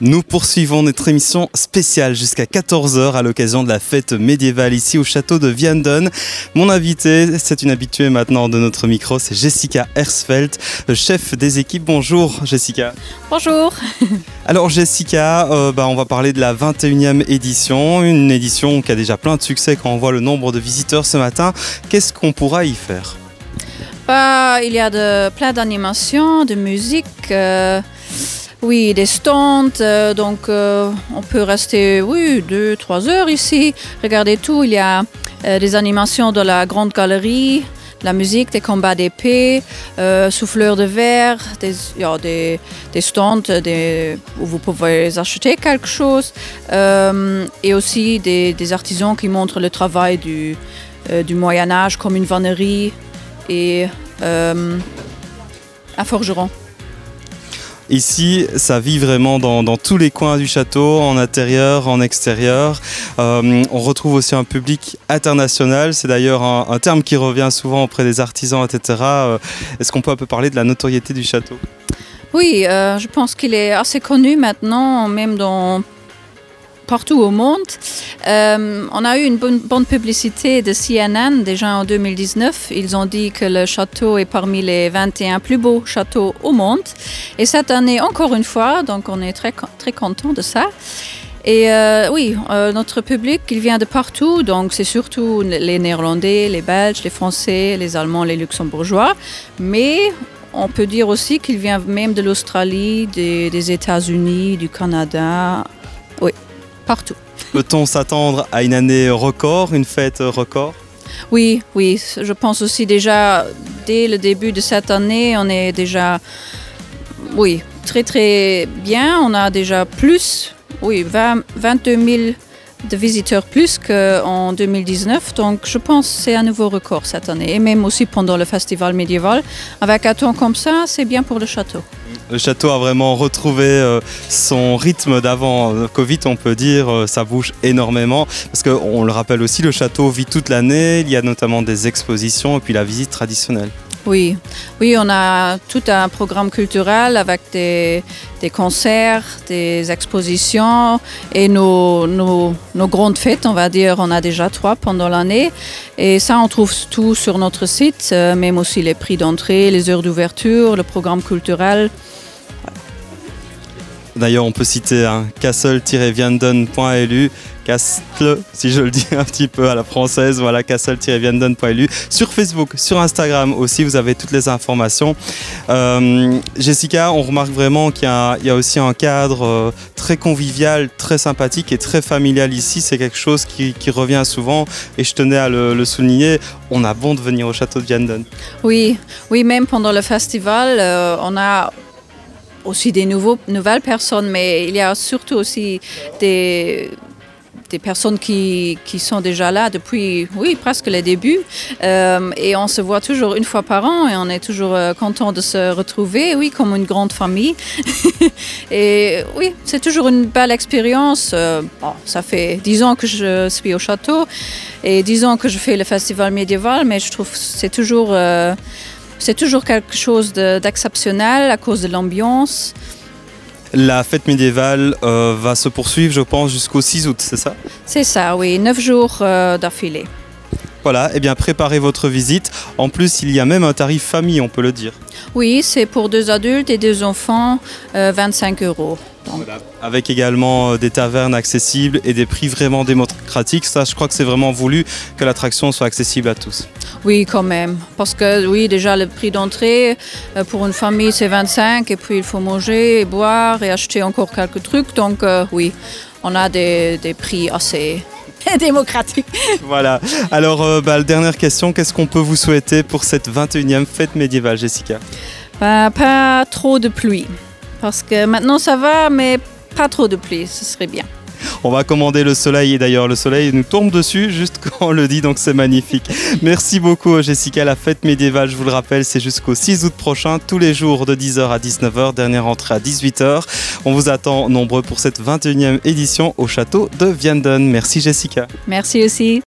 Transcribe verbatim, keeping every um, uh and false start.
Nous poursuivons notre émission spéciale jusqu'à quatorze heures à l'occasion de la fête médiévale ici au château de Vianden. Mon invité, c'est une habituée maintenant de notre micro, c'est Jessica Hersfeld, chef des équipes. Bonjour Jessica. Bonjour. Alors Jessica, euh, bah, on va parler de la vingt et unième édition, une édition qui a déjà plein de succès quand on voit le nombre de visiteurs ce matin. Qu'est-ce qu'on pourra y faire ? Bah, il y a de, plein d'animations, de musique, euh, oui, des stands, euh, donc euh, on peut rester oui, deux, trois heures ici, regarder tout. Il y a euh, des animations de la grande galerie, de la musique, des combats d'épée, euh, souffleurs de verre, des, ja, des, des stands des, où vous pouvez acheter quelque chose, euh, et aussi des, des artisans qui montrent le travail du, euh, du Moyen-Âge comme une vannerie et euh, un forgeron. Ici, ça vit vraiment dans, dans tous les coins du château, en intérieur, en extérieur. Euh, on retrouve aussi un public international. C'est d'ailleurs un, un terme qui revient souvent auprès des artisans, et cetera. Euh, est-ce qu'on peut un peu parler de la notoriété du château ? Oui, euh, je pense qu'il est assez connu maintenant, même dans partout au monde. Euh, on a eu une bonne, bonne publicité de C N N déjà en deux mille dix-neuf. Ils ont dit que le château est parmi les vingt et un plus beaux châteaux au monde. Et cette année, encore une fois, donc on est très, très content de ça. Et euh, oui, euh, notre public, il vient de partout. Donc c'est surtout les Néerlandais, les Belges, les Français, les Allemands, les Luxembourgeois. Mais on peut dire aussi qu'il vient même de l'Australie, des, des États-Unis, du Canada. Oui. Partout. Peut-on s'attendre à une année record, une fête record ? Oui, oui. Je pense aussi déjà, dès le début de cette année, on est déjà, oui, très très bien. On a déjà plus, oui, vingt, vingt-deux mille de visiteurs plus qu'en deux mille dix-neuf. Donc je pense que c'est un nouveau record cette année. Et même aussi pendant le festival médiéval. Avec un temps comme ça, c'est bien pour le château. Le château a vraiment retrouvé euh, son rythme d'avant Covid, on peut dire. Euh, ça bouge énormément. Parce qu'on le rappelle aussi, le château vit toute l'année. Il y a notamment des expositions et puis la visite traditionnelle. Oui, oui, on a tout un programme culturel avec des, des concerts, des expositions et nos, nos, nos grandes fêtes, on va dire, on a déjà trois pendant l'année. Et ça, on trouve tout sur notre site, même aussi les prix d'entrée, les heures d'ouverture, le programme culturel. D'ailleurs, on peut citer hein, castle tiret vianden point l u, Castle, si je le dis un petit peu à la française, voilà, castle tiret vianden point l u. Sur Facebook, sur Instagram aussi, vous avez toutes les informations. Euh, Jessica, on remarque vraiment qu'il y a, il y a aussi un cadre euh, très convivial, très sympathique et très familial ici. C'est quelque chose qui, qui revient souvent et je tenais à le, le souligner. On a bon de venir au château de Vianden. Oui, oui, même pendant le festival, euh, on a aussi des nouveaux, nouvelles personnes, mais il y a surtout aussi des, des personnes qui, qui sont déjà là depuis, oui, presque les débuts. Euh, et on se voit toujours une fois par an et on est toujours euh, content de se retrouver, oui, comme une grande famille. Et oui, c'est toujours une belle expérience. Euh, bon, ça fait dix ans que je suis au château et dix ans que je fais le festival médiéval, mais je trouve que c'est toujours... Euh, C'est toujours quelque chose de, d'exceptionnel à cause de l'ambiance. La fête médiévale euh, va se poursuivre, je pense, jusqu'au six août, c'est ça ? C'est ça, oui, neuf jours euh, d'affilée. Voilà, eh bien préparez votre visite. En plus, il y a même un tarif famille, on peut le dire. Oui, c'est pour deux adultes et deux enfants, euh, vingt-cinq euros. Donc. Voilà. Avec également des tavernes accessibles et des prix vraiment démocratiques. Ça, je crois que c'est vraiment voulu que l'attraction soit accessible à tous. Oui, quand même. Parce que, oui, déjà, le prix d'entrée, euh, pour une famille, c'est vingt-cinq. Et puis, il faut manger et boire et acheter encore quelques trucs. Donc, euh, oui, on a des, des prix assez démocratiques. Voilà. Alors, euh, bah, la dernière question, qu'est-ce qu'on peut vous souhaiter pour cette vingt et unième fête médiévale, Jessica ? Bah, pas trop de pluie. Parce que maintenant ça va, mais pas trop de pluie, ce serait bien. On va commander le soleil et d'ailleurs le soleil nous tombe dessus juste quand on le dit, donc c'est magnifique. Merci beaucoup Jessica. La fête médiévale, je vous le rappelle, c'est jusqu'au six août prochain, tous les jours de dix heures à dix-neuf heures, dernière entrée à dix-huit heures. On vous attend nombreux pour cette vingt et unième édition au château de Vianden. Merci Jessica. Merci aussi.